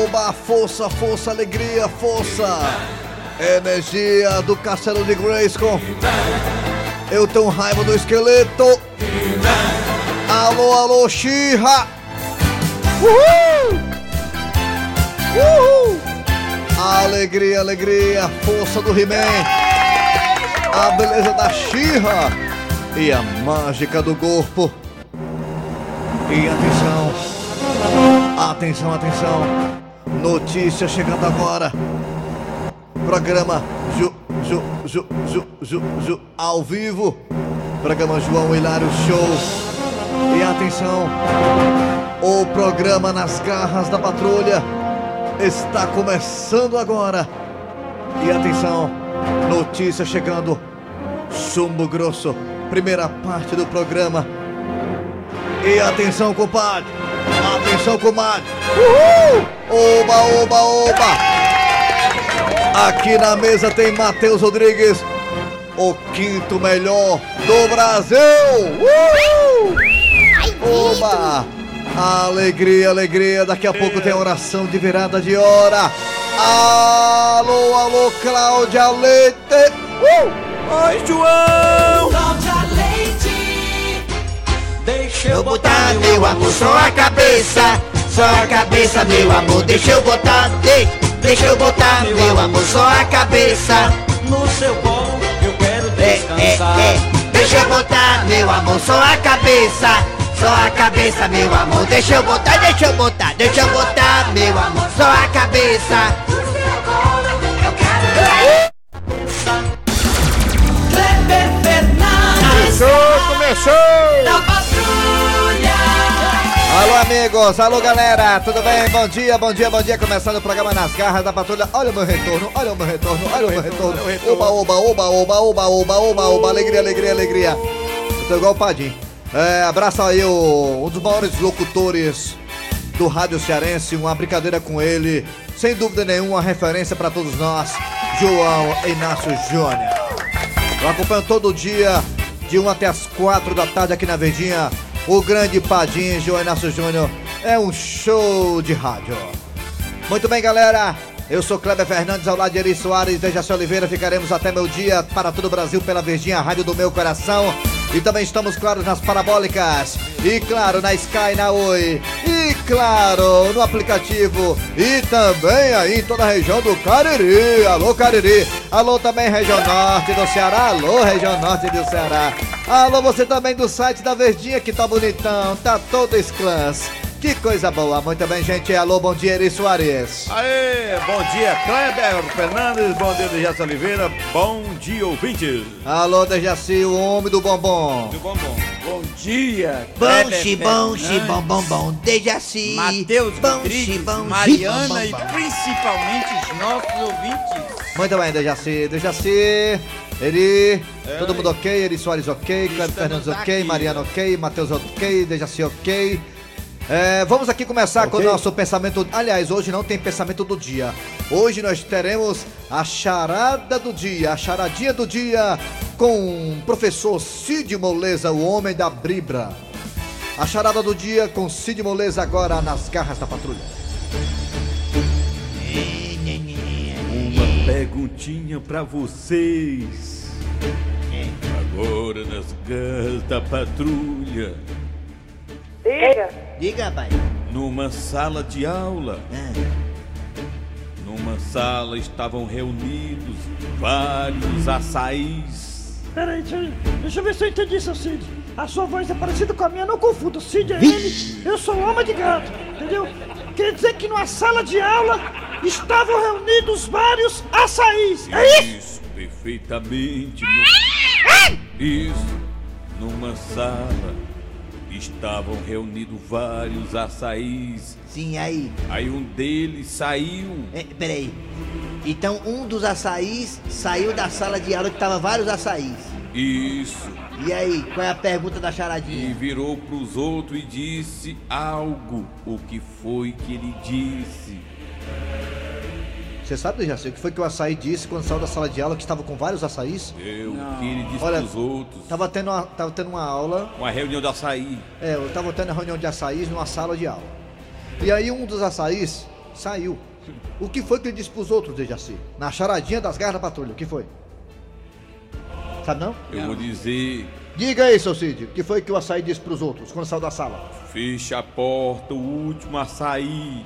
oba, força, força, alegria, força. Energia do Castelo de Grayskull. Eu tenho raiva do esqueleto. Alô, alô, She-Ra. Uhul! Uhul! Alegria, alegria, força do He-Man. A beleza da She-Ra e a mágica do corpo. E atenção, atenção, atenção. Notícia chegando agora. Programa ao vivo. Programa João Hilário Show. E atenção, o programa Nas Garras da Patrulha está começando agora. E atenção, notícia chegando. Chumbo Grosso, primeira parte do programa. E atenção, compadre. Atenção, comadre. Uhul! Oba, oba, oba. Aqui na mesa tem Matheus Rodrigues, o quinto melhor do Brasil. Oba! Alegria, alegria. Daqui a pouco tem oração de virada de hora. Alô, alô, Cláudia Leite. Oi, João. Cláudia Leite. Deixa eu botar, meu amor, só a cabeça. Só a cabeça, meu amor. Deixa eu botar, deixa eu botar, meu amor, só a cabeça. No seu colo eu quero descansar. Deixa eu botar, meu amor, só a cabeça. Só a cabeça, meu amor. Deixa eu botar, deixa eu botar, deixa eu botar, meu amor, só a cabeça. No seu colo eu quero descansar. Kleber Fernandes. Começou! Da Patrulha. Alô, amigos, alô, galera, tudo bem? Bom dia, bom dia, bom dia. Começando o programa Nas Garras da Patrulha. Olha o meu retorno, olha o meu retorno, olha o meu retorno. Oba, oba, oba, oba, oba, oba, oba, oba. Alegria, alegria, alegria. Eu tô igual o Padim. Abraço aí um dos maiores locutores do rádio cearense. Uma brincadeira com ele, sem dúvida nenhuma, uma referência pra todos nós, João Inácio Júnior. Eu acompanho todo dia, de 1 até as 4 da tarde aqui na Verdinha. O grande Padim, João Inácio Júnior, é um show de rádio. Muito bem, galera, eu sou Kleber Fernandes, ao lado de Eri Soares e Dejaci Oliveira. Ficaremos até meu dia para todo o Brasil pela Verdinha, a rádio do meu coração. E também estamos, claro, nas parabólicas. E claro, na Sky, na Oi. E claro, no aplicativo. E também aí em toda a região do Cariri. Alô, Cariri. Alô, também região norte do Ceará. Alô, região norte do Ceará. Alô, você também do site da Verdinha, que tá bonitão. Tá todo esclãs. Que coisa boa. Muito bem, gente. Alô, bom dia, Eri Soares. Aê, bom dia, Kleber Fernandes, bom dia, Dejaci Oliveira, bom dia, ouvintes. Alô, Dejaci, o homem do bombom. Do bombom. Bom dia, Bom, Dejaci. Matheus Rodrigues, Mariana e principalmente os nossos ouvintes. Muito bem, Dejaci, Eri, todo mundo ok, Eri Soares ok, Kleber Fernandes ok, Mariana ok, Matheus ok, Dejaci ok. Vamos aqui começar com o nosso pensamento. Aliás, hoje não tem pensamento do dia. Hoje nós teremos a charada do dia, a charadinha do dia com o professor Cid Moleza, o homem da Bribra. A charada do dia com Cid Moleza agora nas Garras da Patrulha. Uma perguntinha pra vocês. Agora nas Garras da Patrulha. Diga, pai. Numa sala de aula, numa sala estavam reunidos vários açaís. Peraí, deixa eu ver se eu entendi, seu Cid. A sua voz é parecida com a minha, não confunda. O Cid é ele, eu sou homem de gato, entendeu? Quer dizer que numa sala de aula estavam reunidos vários açaís, é isso? Isso, perfeitamente. Isso, numa sala estavam reunidos vários açaís. Sim, aí. Aí um deles saiu. Peraí. Então um dos açaís saiu da sala de aula que tava vários açaís. Isso. E aí, qual é a pergunta da E charadinha? virou pros outros e disse algo. O que foi que ele disse? Você sabe, Dejaci, o que foi que o açaí disse quando saiu da sala de aula que estava com vários açaís? O que ele disse Olha, pros outros. Tava tendo uma aula. Uma reunião de açaí. Eu tava tendo uma reunião de açaís numa sala de aula. E aí um dos açaís Saiu. O que foi que ele disse pros outros, Dejaci? Na charadinha das garras da patrulha, o que foi? Sabe não? Eu vou dizer, Diga aí, seu Cid, o que foi que o açaí disse pros outros quando saiu da sala? fecha a porta, o último a sair.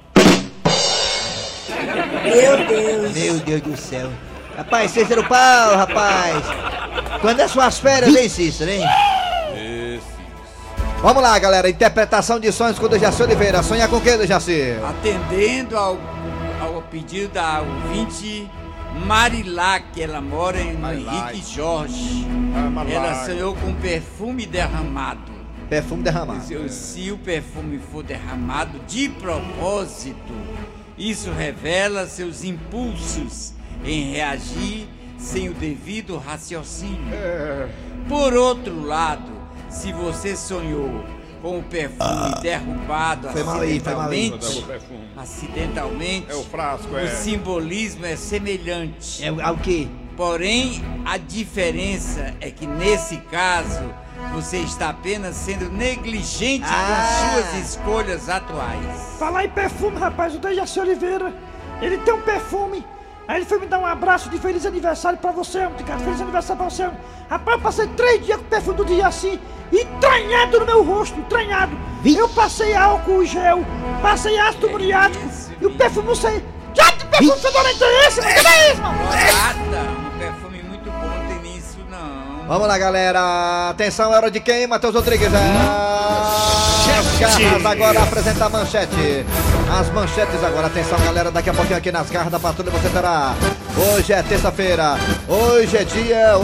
Meu Deus do céu. Rapaz, Cícero Paulo, rapaz. Quando é suas férias, hein, Cícero, hein? Esse. Vamos lá, galera, interpretação de sonhos com o Dejaci Oliveira. Sonha com o que, Dejaci? Atendendo ao pedido da ouvinte Marilá, que ela mora em Henrique Jorge. Ela sonhou com perfume derramado. Perfume derramado. Se o perfume for derramado de propósito, isso revela seus impulsos em reagir sem o devido raciocínio. Por outro lado, se você sonhou com o perfume derrubado Foi mal aí, foi mal aí. acidentalmente, É o frasco, o simbolismo é semelhante. É ao quê? Porém, a diferença é que nesse caso você está apenas sendo negligente com suas escolhas atuais. Falar em perfume, rapaz, o Dejaci Oliveira, ele tem um perfume. Aí ele foi me dar um abraço de feliz aniversário pra você, homem de casa. Feliz aniversário pra você, homem. Rapaz, eu passei 3 dias com o perfume do Dejaci, entranhado no meu rosto, entranhado. Eu passei álcool gel, passei ácido muriático e o perfume não sei. Já de perfume fedorento é esse? Cadê isso, mano? Nada, um perfume muito bom, não tem nisso não. Vamos lá, galera. Atenção, é hora de quem, Matheus Rodrigues? As garras agora apresenta a manchete. As manchetes agora. Atenção, galera. Daqui a pouquinho aqui nas garras da patrulha você terá. Hoje é terça-feira. Hoje é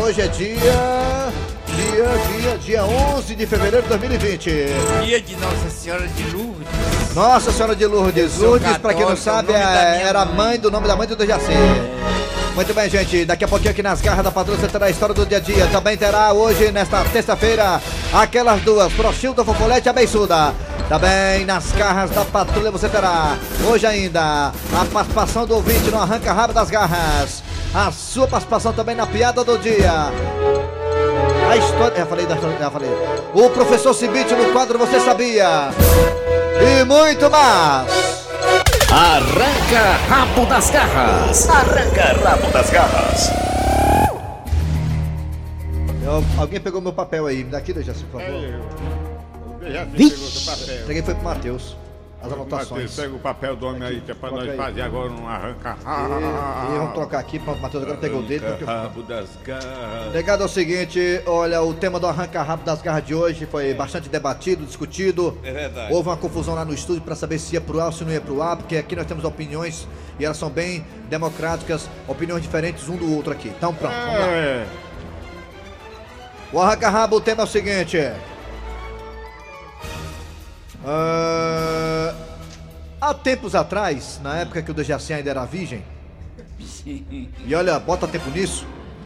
dia 11 de fevereiro de 2020. Dia de Nossa Senhora de Lourdes. Nossa Senhora de Lourdes. sou Lourdes, pra quem não católico, sabe, é o nome da minha era mãe. mãe do nome da mãe do Dejaci. Muito bem, gente. Daqui a pouquinho aqui nas garras da patrulha você terá a história do dia a dia. Também terá hoje, nesta terça-feira, aquelas duas, Prochilda, Fofolete e a Beiçuda. Também nas garras da patrulha você terá hoje ainda a participação do ouvinte no arranca-rabo das garras. A sua participação também na piada do dia. A história. Já falei. O professor Cibite no quadro Você Sabia? E muito mais. Arranca rabo das garras. Arranca rabo das garras. Alguém pegou meu papel aí. Me dá aqui, Dejaci, por favor. Já pegou seu papel. Peguei foi pro Matheus. As anotações. Pega o papel do homem aí, que é pra Coloca nós aí. fazer agora um arranca. E vamos trocar aqui. Pronto, o Matheus agora pegou o dele. porque- Rabo das garras. Legado é o seguinte, olha, o tema do arranca-rabo das garras de hoje foi bastante debatido, discutido. É verdade. Houve uma confusão lá no estúdio para saber se ia pro ar ou se não ia pro ar, porque aqui nós temos opiniões e elas são bem democráticas, opiniões diferentes um do outro aqui. Então pronto, vamos lá. É. O arranca-rabo, o tema é o seguinte. Há tempos atrás, na época que o Dejaci ainda era virgem, e olha, bota tempo nisso,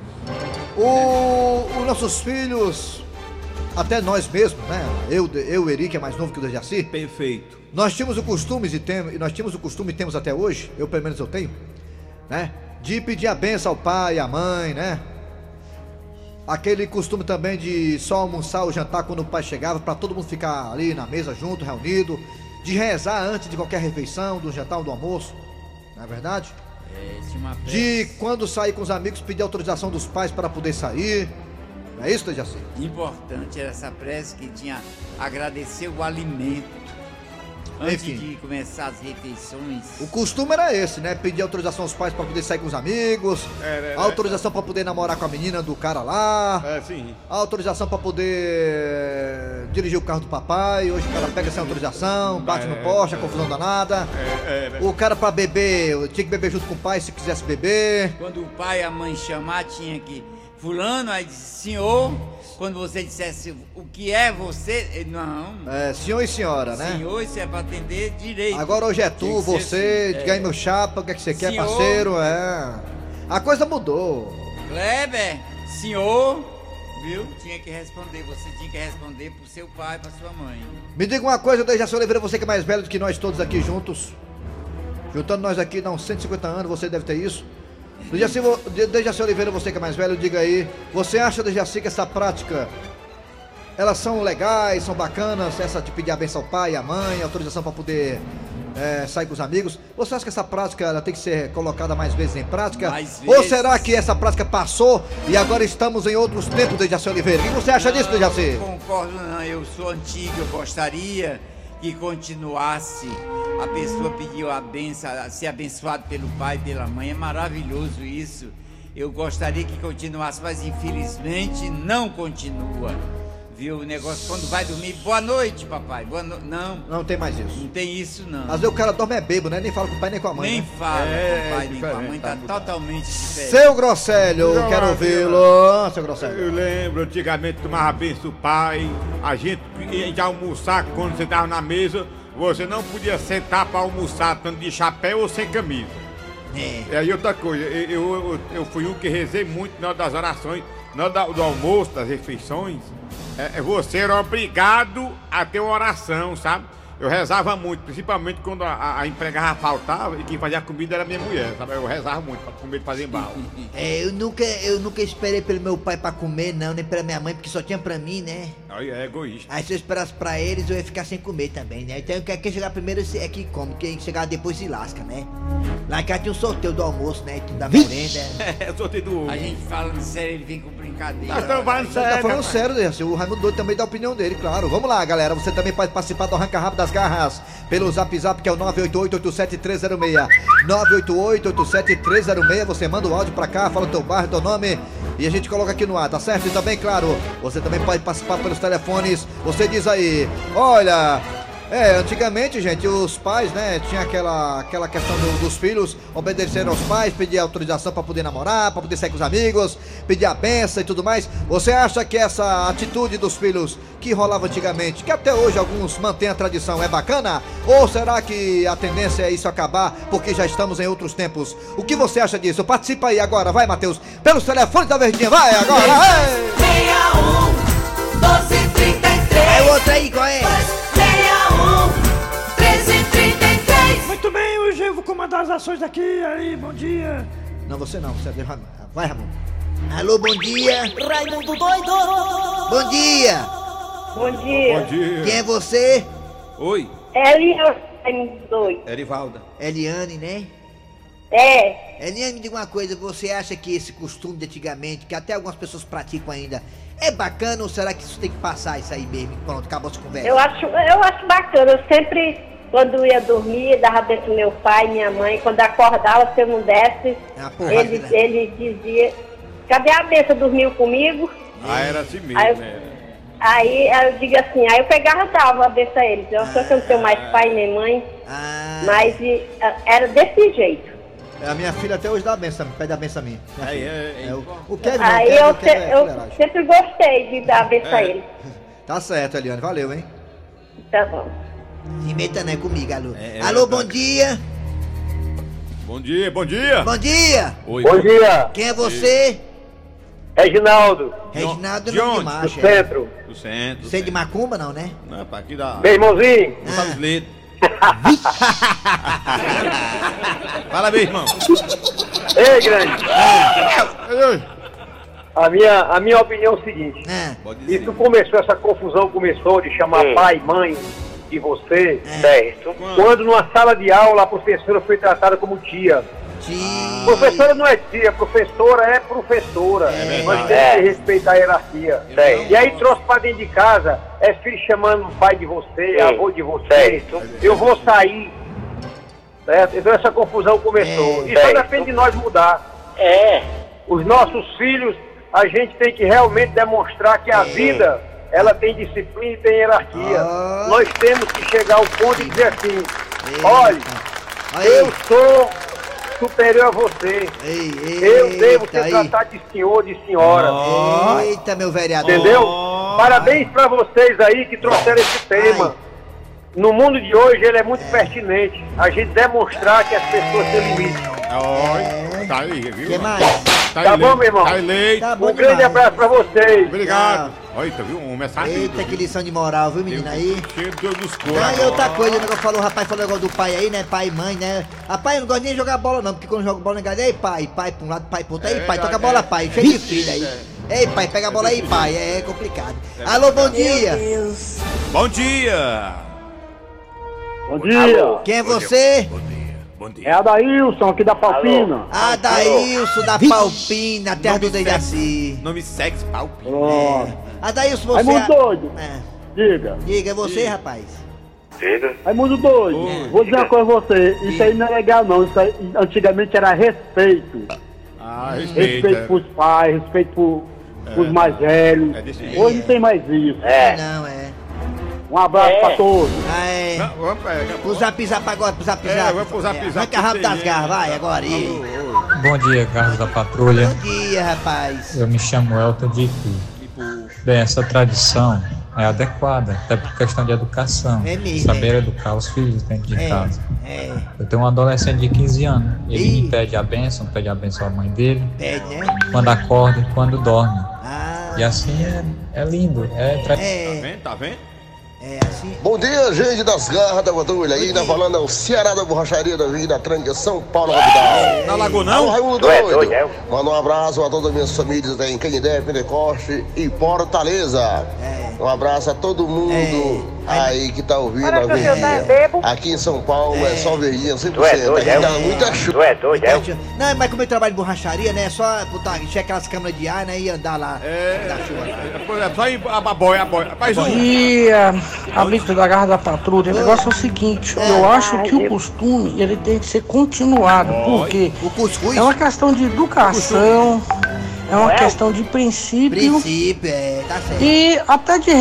os nossos filhos, até nós mesmos, né? Eu, o Eri, que é mais novo que o Dejaci, Perfeito. nós tínhamos o costume e temos até hoje, eu pelo menos eu tenho, né? De pedir a benção ao pai, à mãe, né? Aquele costume também de só almoçar ou jantar quando o pai chegava, para todo mundo ficar ali na mesa junto, reunido, de rezar antes de qualquer refeição, do jantar ou do almoço, não é verdade? Tinha uma De quando sair com os amigos pedir autorização dos pais para poder sair, não é isso, Dejaci? importante era essa prece que tinha agradecer o alimento antes Enfim. de começar as refeições. O costume era esse, né? Pedir autorização aos pais para poder sair com os amigos, autorização para poder namorar com a menina do cara lá, É, sim. autorização para poder dirigir o carro do papai. Hoje o cara pega sem autorização, bate no poste, a confusão danada. O cara para beber, tinha que beber junto com o pai se quisesse beber. Quando o pai e a mãe chamar, tinha que... Fulano, aí disse, senhor, quando você dissesse o que é você... ele, não, Senhor e senhora, né? senhor, isso é pra atender direito. Agora hoje é Tem tu, que ser você, assim, ganha meu chapa, o que é que você quer, Senhor. parceiro? A coisa mudou. Kleber, senhor, viu? Tinha que responder, você tinha que responder pro seu pai, pra sua mãe. Me diga uma coisa, Dejaci Oliveira, você que é mais velho do que nós todos aqui juntos. Juntando nós aqui, dá uns 150 anos, você deve ter isso. Dejaci Oliveira, você que é mais velho, diga aí. Você acha, Dejaci, que essa prática elas são legais, são bacanas, essa de pedir a benção ao pai, à mãe, autorização para poder sair com os amigos. Você acha que essa prática ela tem que ser colocada mais vezes em prática? Mais Ou vezes. será que essa prática passou e agora estamos em outros tempos, Dejaci Oliveira? O que você acha disso, Dejaci? Não concordo não, eu sou antigo, eu gostaria que continuasse a pessoa pedir a benção, ser abençoado pelo pai e pela mãe, é maravilhoso isso. Eu gostaria que continuasse, mas infelizmente não continua. Viu, o negócio quando vai dormir, boa noite papai, boa noite, Não tem mais isso. não tem isso não. Às vezes o cara dorme bêbado, né? Nem fala com o pai nem com a mãe. Nem né? fala com o pai nem com a diferente, mãe, tá tá mudado. totalmente diferente. Seu Grosselho, Não, quero não, ouvi-lo. Seu Grosselho. Eu lembro, antigamente tomava benção do pai, a gente ia almoçar quando você tava na mesa, você não podia sentar pra almoçar tanto de chapéu ou sem camisa. E aí outra coisa, eu fui um que rezei muito na hora das orações, na hora do almoço, das refeições. Você era obrigado a ter uma oração, sabe? Eu rezava muito, principalmente quando a empregada faltava e quem fazia a comida era minha mulher, sabe? Eu rezava muito pra comer e fazer mal. Eu nunca esperei pelo meu pai pra comer, não, nem pela minha mãe, porque só tinha pra mim, né? Aí é egoísta. Aí se eu esperasse pra eles, eu ia ficar sem comer também, né? Então quem chegar primeiro é que come, quem chegar depois se lasca, né? Lá em casa tinha um sorteio do almoço, né? Da merenda. Eu sorteio do... A gente falando sério, ele vem com brincadeira. Nós estamos falando Você tá sério, falando rapaz. sério, Dejaci. O Raimundo Doido também dá a opinião dele, claro. Vamos lá, galera. Você também pode participar do Arranca Rabo das Garras pelo Zap Zap, que é o 988-87306. 988-87306. Você manda o áudio pra cá, fala o teu bairro, teu nome e a gente coloca aqui no ar, tá certo? E também, claro, você também pode participar pelos telefones. Você diz aí, olha... antigamente, gente, os pais, né, tinha aquela questão dos filhos obedecer aos pais, pedir autorização pra poder namorar, pra poder sair com os amigos, pedir a benção e tudo mais. Você acha que essa atitude dos filhos que rolava antigamente, que até hoje alguns mantêm a tradição, é bacana? Ou será que a tendência é isso acabar porque já estamos em outros tempos? O que você acha disso? Participa aí agora, vai, Matheus, pelos telefones da Verdinha, vai agora! Ei! 61 1233. Aí o outro aí, qual é? 1333. Muito bem, hoje eu vou comandar as ações daqui, aí, bom dia. Não, você não, você é vai, Ramon. Alô, bom dia. Raimundo doido. Bom dia. Bom dia. Bom dia. Quem é você? Oi, Eliane doido. Erivalda. Eliane, né? É. Eliane, me diga uma coisa, você acha que esse costume de antigamente, que até algumas pessoas praticam ainda, é bacana ou será que isso tem que passar isso aí mesmo? Pronto, acabou essa conversa. Eu acho bacana. Eu sempre, quando ia dormir, dava dentro do meu pai, minha mãe. Quando acordava, se eu não desse, Ah, porra, ele dizia: cadê a benção? Dormiu comigo? Ah, era assim mesmo, Aí, né? aí eu digo assim, aí eu pegava e dava a benção a eles. Eu só que eu não tenho mais pai nem mãe, mas era desse jeito. A minha filha até hoje dá a benção, pede a benção a mim. Minha filha. O Kevin não, Aí o Kevin é eu fuleiragem. sempre gostei de dar a benção a eles. Tá certo, Eliane, valeu, hein? Tá bom. Se meta não é comigo, alô. Alô, bom dia. Bom dia, bom dia. Bom dia. Oi. Bom dia, Quem é você? Reginaldo, Reginaldo de não de onde? macho. do centro. Do centro. Você é de macumba, não, né? Não, pá, aqui da... Meu irmãozinho, Gonçalves Ledo. Fala, meu irmão. ei, grande, Ei, a minha opinião é o seguinte, Ah, Pode dizer. isso começou, essa confusão começou de chamar pai, mãe de você, certo. quando numa sala de aula a professora foi tratada como tia. Professora não é tia, professora é professora. Nós temos que respeitar a hierarquia. E aí trouxe pra dentro de casa, é filho chamando o pai de você, avô de você. Eu vou sair. Certo? Então essa confusão começou. E só depende de nós mudar. Os nossos filhos, a gente tem que realmente demonstrar que a vida, ela tem disciplina e tem hierarquia. Nós temos que chegar ao ponto de dizer assim, olha, eu sou superior a você. Eu devo ser tratado de senhor, de senhora. Eita, meu vereador. Entendeu? Parabéns pra vocês aí que trouxeram esse tema. No mundo de hoje ele é muito pertinente. A gente demonstrar que as pessoas têm limite. Oi, tá aí, viu? Que mais? Tá bom, meu irmão? Tá eleito. Tá bom Um grande demais. abraço pra vocês. Obrigado. Olha, tá viu? Um mensagem. Eita, que lição de moral, viu, menina aí? Cheio de Deus dos coros. Aí outra coisa, o negócio falou, o rapaz falou o negócio do pai aí, né? Pai e mãe, né? Rapaz, eu não gosto nem de jogar bola não, porque quando joga bola, ninguém aí, pai pra um lado, pai pro outro, aí, pai, toca a bola, pai, cheio de filho aí. Ei, pai, pega a bola aí, pai. É complicado. Alô, bom dia. Bom dia. Bom dia. Quem é você? Bom dia. É Adailson aqui da Palpina. Adailson da Palpina, terra do Dejaci. Nome sexy, Palpina. Pronto. Adailson, você... Raimundo doido. É. Diga. Diga, é você, rapaz. Raimundo doido. Vou dizer uma coisa a você. Isso aí não é legal, não. Isso aí, antigamente era respeito. Respeito pros pais, respeito pros mais velhos. Hoje não tem mais isso. Não, é. Um abraço pra todos. Vamos pegar. Pro Zap Zap agora, pro Zap Zap. Vamos pro Zap Zap. Arranca rabo das garras, vai, agora. Bom dia, Carlos da Patrulha. Bom dia, rapaz. Eu me chamo Elton de Ipu. Bem, essa tradição é adequada, até por questão de educação. É mesmo, saber educar os filhos dentro de casa. É. Eu tenho um adolescente de 15 anos. Ele me pede a bênção à mãe dele. Pede, né? Quando acorda e quando dorme. Ah. E assim é lindo. Tá vendo? É assim. Bom dia, gente das garras da patrulha. Aí tá falando é o Ceará da Borracharia da Vida Tranca, São Paulo, capital. Na Lagoa não? Raimundo doido. Manda um abraço a todas as minhas famílias em Canindé, Pentecoste e Fortaleza. Um abraço a todo mundo aí que tá ouvindo a verdinha. Aqui em São Paulo é só verdinha 100%. Aqui dá muita chuva. Não, mas como eu trabalho em borracharia, né? É só botar, encher aquelas câmeras de ar, né? E andar lá. Só ir a boia. Rapaz, Bom dia, amigos da Garra da Patrulha. O negócio é o seguinte, eu acho que o costume ele tem que ser continuado, porque é uma questão de educação, é uma questão de princípio. Tá certo. E até de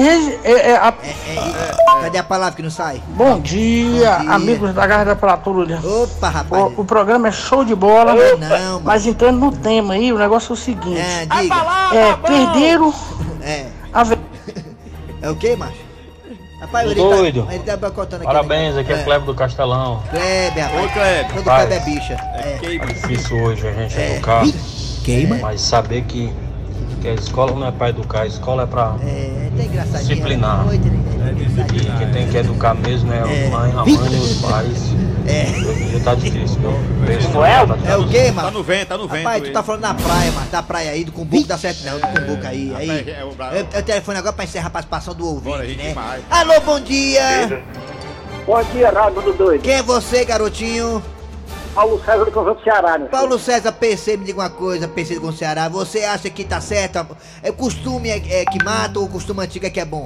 Cadê a palavra que não sai? Bom dia, amigos da Garra da Patrulha. Opa, rapaz. O programa é show de bola. Não, mas entrando no tema aí, o negócio é o seguinte. Diga. Perderam a É o que, macho? Rapaz, doido. Ele tá boicotando aqui. Parabéns, aqui é Kleber do Castelão. Kleber, rapaz. Oi, Kleber. Todo Kleber é bicha. É difícil hoje a gente educar. Queima. Mas saber que a escola não é pra educar, a escola é pra disciplinar. E quem tem que educar mesmo é a mãe e os pais. Hoje em dia tá difícil, viu? É o quê, mano? Tá no vento. Rapaz, tu tá falando na praia, mano. Da praia aí, do Cumbuco dá certo não, do Cumbuco aí. Eu telefone agora pra encerrar a participação do ouvinte, né? Alô, bom dia. Bom dia, Raimundo doido. Quem é você, garotinho? Paulo César do Conjunto Ceará, né? Paulo César, PC, me diga uma coisa, PC do Ceará. Você acha que tá certo? É o costume que mata ou o costume antigo é que é bom?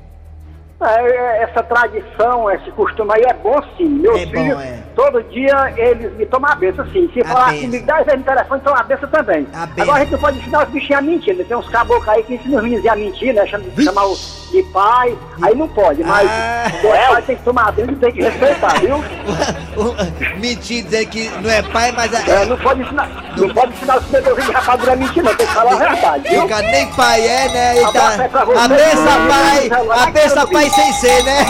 Essa tradição, esse costume aí é bom sim. Meu filho, todo dia eles me tomam a benção sim. Se falar comigo, 10 vezes no telefone, toma a benção também. Agora a gente não pode ensinar os bichinhos a mentir, né? Tem uns caboclos aí que ensinam os meninos a mentir, né? Chamar de pai, aí não pode, mas o pai tem que tomar a benção e tem que respeitar, viu? Mentir, dizer que não é pai, mas... não pode ensinar os meus de rapadura a mentir, não. Tem que falar a verdade, viu? Fica nem pai né? E tá... A benção pai sem ser, né?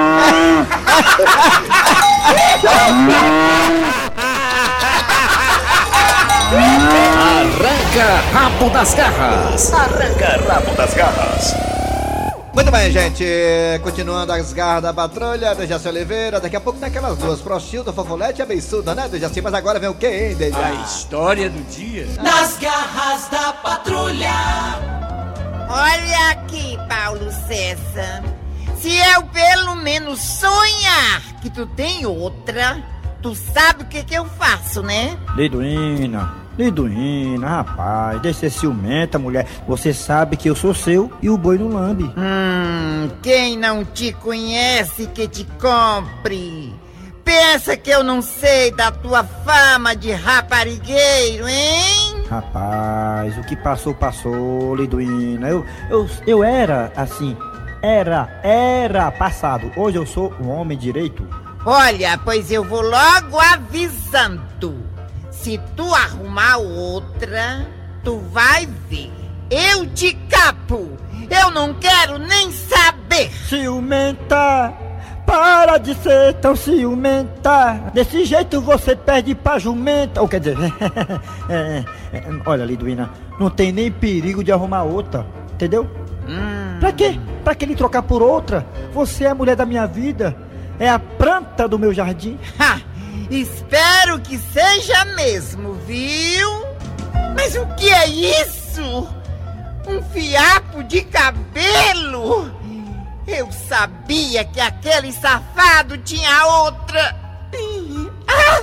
Arranca rabo das garras. Arranca rabo das garras. Muito bem, gente. Continuando as garras da patrulha, Dejaci Oliveira. Daqui a pouco tem aquelas duas, Prostilda, Fofolete e a Beiçuda, né, Dejaci? Mas agora vem o quê, hein, Dejaci? A história do dia. Nas garras da patrulha. Olha aqui, Paulo César. Se eu pelo menos sonhar que tu tem outra, tu sabe o que eu faço, né? Liduína, rapaz, deixa ser ciumenta, mulher. Você sabe que eu sou seu e o boi não lambe. Quem não te conhece que te compre. Pensa que eu não sei da tua fama de raparigueiro, hein? Rapaz, o que passou, Liduína. Eu era assim... Era passado. Hoje eu sou um homem direito. Olha, pois eu vou logo avisando. Se tu arrumar outra, tu vai ver. Eu te capo. Eu não quero nem saber. Ciumenta, para de ser tão ciumenta. Desse jeito você perde pra jumenta. Ou quer dizer... Olha, Liduína, não tem nem perigo de arrumar outra. Entendeu? Pra quê? Pra que ele trocar por outra? Você é a mulher da minha vida. É a planta do meu jardim. Espero que seja mesmo, viu? Mas o que é isso? Um fiapo de cabelo? Eu sabia que aquele safado tinha outra. Ah,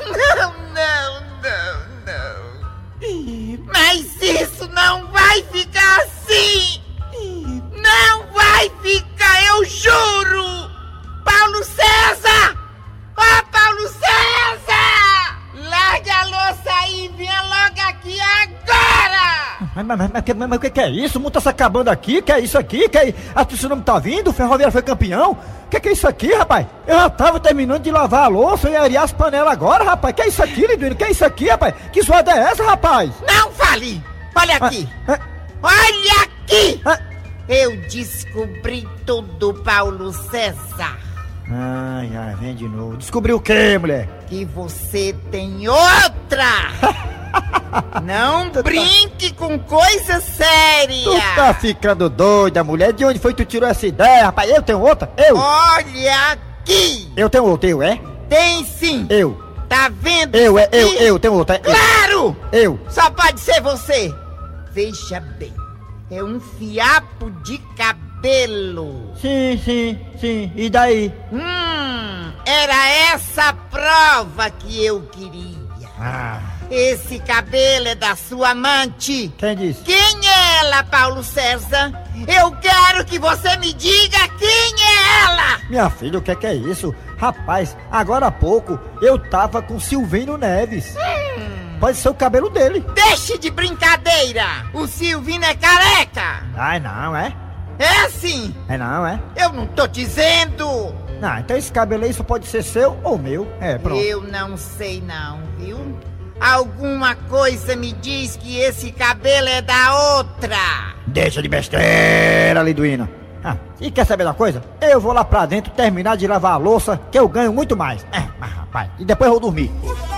não. Mas isso não vai ficar assim. Não vai ficar, eu juro. Paulo César! Ó, Paulo César! Larga a louça aí e venha logo aqui agora! Mas o que é isso? O mundo tá se acabando aqui? Que é isso aqui? A tsunami tá vindo? O Ferroviário foi campeão? Que é isso aqui, rapaz? Eu já tava terminando de lavar a louça e arear as panelas agora, rapaz. Que é isso aqui, Liduíno? Que é isso aqui, rapaz? Que zoada é essa, rapaz? Não fale! Olha aqui! Olha aqui! Eu descobri tudo, Paulo César. Ai, vem de novo. Descobriu o quê, mulher? Que você tem outra! Não brinque com coisa séria! Tu tá ficando doida, mulher? De onde foi que tu tirou essa ideia, rapaz? Eu tenho outra? Eu? Olha aqui! Eu tenho outra, eu, é? Tem sim! Eu! Tá vendo? Eu tenho outra. Claro! Eu! Só pode ser você! Veja bem, é um fiapo de cabelo! Sim, e daí? Era essa prova que eu queria! Esse cabelo é da sua amante! Quem disse? Quem é ela, Paulo César? Eu quero que você me diga quem é ela! Minha filha, o que é isso? Rapaz, agora há pouco eu tava com Silvino Neves. Pode ser o cabelo dele. Deixe de brincadeira! O Silvino é careca! Ai, não, é? É sim! É não, é? Eu não tô dizendo! Não, então esse cabelo aí só pode ser seu ou meu. Pronto. Eu não sei não, viu? Alguma coisa me diz que esse cabelo é da outra! Deixa de besteira, Liduína. E quer saber da coisa? Eu vou lá pra dentro terminar de lavar a louça, que eu ganho muito mais. Mas rapaz, e depois eu vou dormir.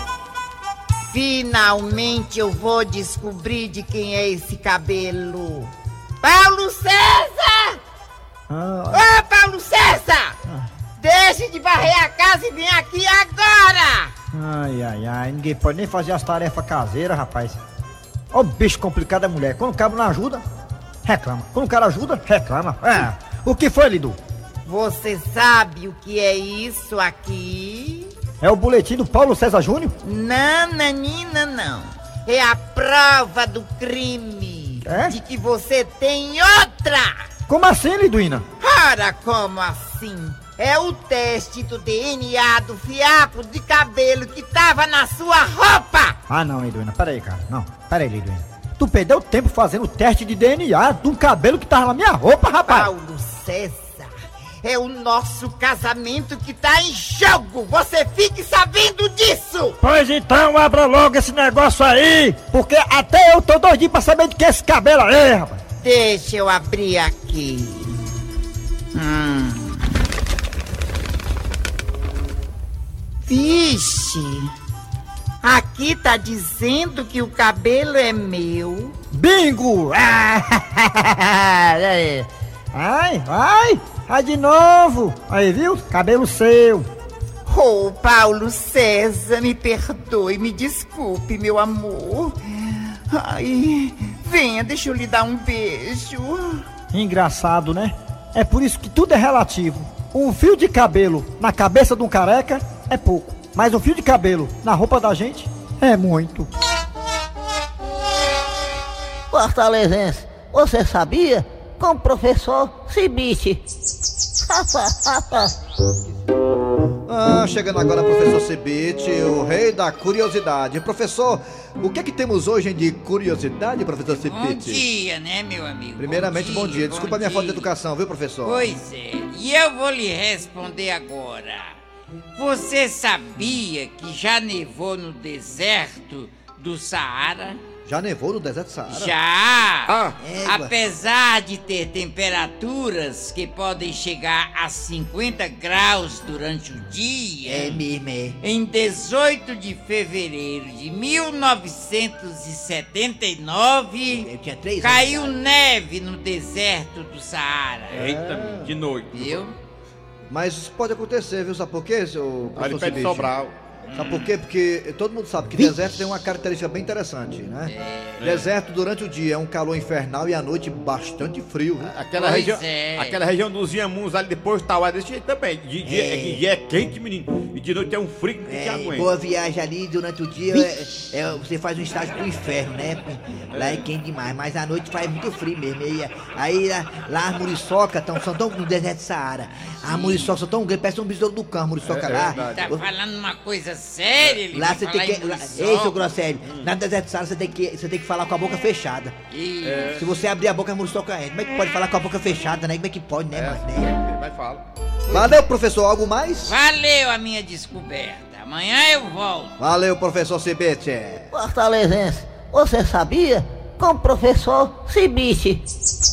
Finalmente eu vou descobrir de quem é esse cabelo. Paulo César! Ô, Paulo César! Deixe de varrer a casa e vem aqui agora! Ai, ninguém pode nem fazer as tarefas caseiras, rapaz. Ó, bicho complicado é mulher. Quando o cabo não ajuda, reclama. Quando o cara ajuda, reclama. O que foi, Lidu? Você sabe o que é isso aqui? É o boletim do Paulo César Júnior? Não, Nanina, não. É a prova do crime. De que você tem outra. Como assim, Liduína? Ora, como assim? É o teste do DNA do fiapo de cabelo que tava na sua roupa! Não, Liduína, peraí, cara. Não, peraí, Liduína. Tu perdeu tempo fazendo o teste de DNA de um cabelo que tava na minha roupa, rapaz! Paulo César, é o nosso casamento que tá em jogo! Você fique sabendo disso! Pois então, abra logo esse negócio aí, porque até eu tô doidinho pra saber de que é esse cabelo aí, rapaz! Deixa eu abrir aqui. Vixe! Aqui tá dizendo que o cabelo é meu. Bingo! Vai de novo! Aí, viu? Cabelo seu! Oh, Paulo César, me perdoe, me desculpe, meu amor. Ai, venha, deixa eu lhe dar um beijo. Engraçado, né? É por isso que tudo é relativo. Um fio de cabelo na cabeça de um careca é pouco, mas um fio de cabelo na roupa da gente é muito. Fortalezense, você sabia? Com o professor Cibite. Chegando agora, professor Cibite, o rei da curiosidade. Professor, o que é que temos hoje de curiosidade, professor Cibite? Bom dia, né, meu amigo? Primeiramente, bom dia. Desculpa a minha falta de educação, viu, professor? Pois é, e eu vou lhe responder agora. Você sabia que já nevou no deserto do Saara? Já nevou no deserto do Saara? Já! Apesar de ter temperaturas que podem chegar a 50 graus durante o dia. É mesmo, é. Em 18 de fevereiro de 1979, caiu neve no deserto do Saara. Eita, de noite. Viu? Mas isso pode acontecer, viu? Sabe por quê, seu professor Cibite? Sobral. Sabe por quê? Porque todo mundo sabe que deserto tem uma característica bem interessante, né? Deserto durante o dia é um calor infernal e à noite bastante frio. Né? Aquela região dos Inhamuns ali depois tal, é desse jeito também. De dia é quente, menino. E de noite é um frio que te aguenta. Boa viagem ali durante o dia, você faz um estágio pro inferno, né? Lá é quente demais, mas à noite faz muito frio mesmo. Aí lá as muriçocas são tão no deserto de Saara. As muriçocas são tão grandes, parece um besouro do cão, muriçoca lá. Tá falando uma coisa séria, ele lá você tem que. Ei, seu grosselho, na deserto de Saara você tem que falar com a boca fechada. Se você abrir a boca, a muriçoca entra. Como é que pode falar com a boca fechada, né? Como é que pode, né, mano? Vai falar. Valeu, professor. Algo mais? Valeu a minha descoberta. Amanhã eu volto. Valeu, professor Cibite. Fortalezense, você sabia? Com o professor Cibite.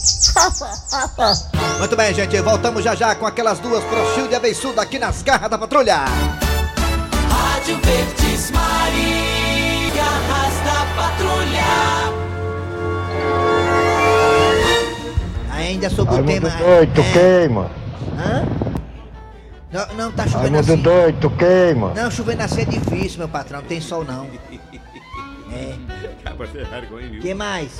Muito bem, gente. Voltamos já com aquelas duas Prochilde e Abeiçuda aqui nas garras da patrulha. Rádio Verdes Maria, Garras da Patrulha. Ainda sobre o tema. Tu queima. Hã? Não, tá chovendo Ai, assim. doido, tu queima. Não, chovendo assim é difícil, meu patrão. Não tem sol, não. O que mais?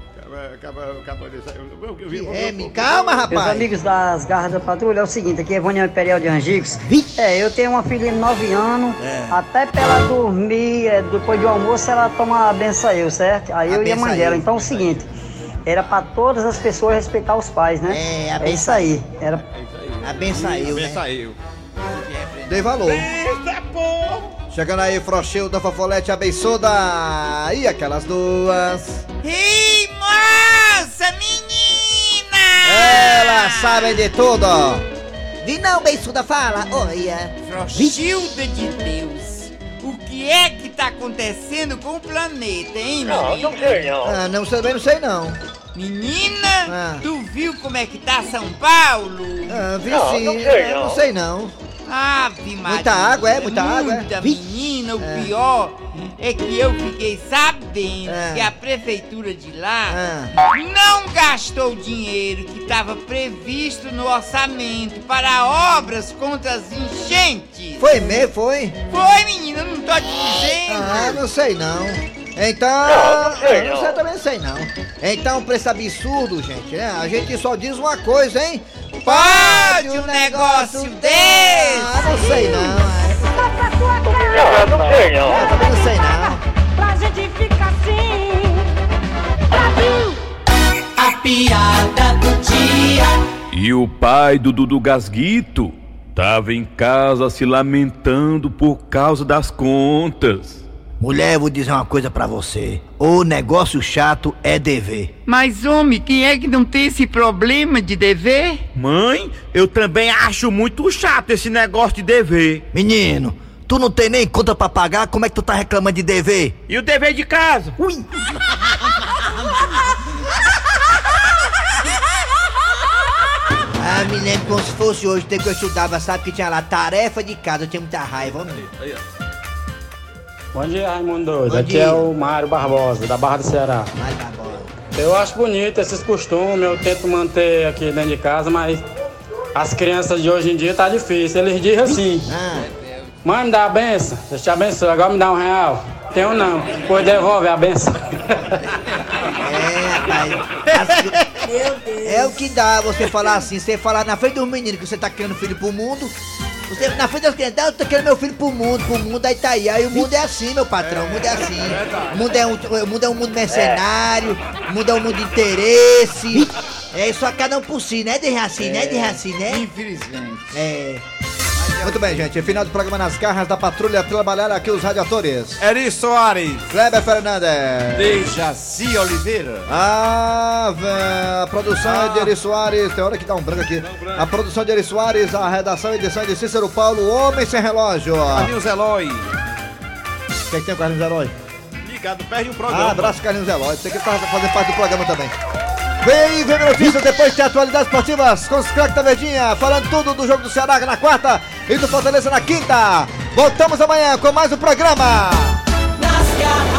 Calma, rapaz. Meus amigos das Garras da Patrulha, é o seguinte, aqui é Vânia Imperial de Angicos. Eu tenho uma filhinha de 9 anos, até pra ela dormir, depois do almoço, ela toma a benção eu, certo? Aí eu e a mãe dela. Então é o seguinte, era pra todas as pessoas respeitar os pais, né? É isso aí. A benção eu, né? Dei valor. Chegando aí, Frochilda, Fofolete, Abeiçuda. E aquelas duas. Ei, moça, menina! Elas sabem de tudo. Vi não, Beiçuda, fala. Olha. Frochilda de Deus. O que é que tá acontecendo com o planeta, hein, menina? Não sei não. Não sei não. Menina, tu viu como é que tá São Paulo? Vi sim. Não sei não. Ave Maria. Muita água, é? Muita água? Muita, menina. O pior é que eu fiquei sabendo que a prefeitura de lá não gastou o dinheiro que estava previsto no orçamento para obras contra as enchentes. Foi mesmo, foi? Foi, menina, eu não tô te dizendo. Não sei não. Então, eu também sei não. Então, pra esse absurdo, gente, né? A gente só diz uma coisa, hein? Pode um negócio desse? Não sei não. Não sei não. Eu também não sei não. Pra gente ficar assim. Brasil! A piada do dia. E o pai do Dudu Gasguito tava em casa se lamentando por causa das contas. Mulher, vou dizer uma coisa pra você. O negócio chato é dever. Mas, homem, quem é que não tem esse problema de dever? Mãe, eu também acho muito chato esse negócio de dever. Menino, tu não tem nem conta pra pagar, como é que tu tá reclamando de dever? E o dever de casa? Ui! Me lembro como se fosse hoje, tempo que eu estudava, sabe que tinha lá tarefa de casa, eu tinha muita raiva, ó, menino. Bom dia, Raimundo. Aqui é o Mário Barbosa, da Barra do Ceará. Mário Barbosa. Eu acho bonito esses costumes, eu tento manter aqui dentro de casa, mas as crianças de hoje em dia tá difícil. Eles dizem assim: mãe, me dá a benção, Deus te abençoe, agora me dá R$1. Tenho não, depois devolve a benção. Rapaz. É o que dá você falar assim, você falar na frente dos meninos que você tá criando filho pro mundo. Você, na frente das crianças, eu tô querendo meu filho pro mundo, aí tá aí. Aí o mundo é assim, meu patrão, o mundo é assim. O mundo é um mundo mercenário, o mundo é um mundo de interesse. É só cada um por si, né, de Raci, né? Infelizmente. Muito bem, gente. Final do programa nas garras da patrulha. Trabalharam aqui os radiadores. Eri Soares. Kleber Fernandes. Dejaci Oliveira. A produção é de Eri Soares. Tem hora que dá um branco aqui. A produção de Eri Soares. A redação e edição de Cícero Paulo. Homem sem relógio. Carlinhos Eloy. Quem que tem o Carlinhos Eloy? Ligado, perde um programa. Abraço, Carlinhos Eloy. Tem que fazer parte do programa também. Vem notícias, depois tem atualidades esportivas com os craques da Verdinha, falando tudo do jogo do Ceará na quarta e do Fortaleza na quinta. Voltamos amanhã com mais um programa. Nas garras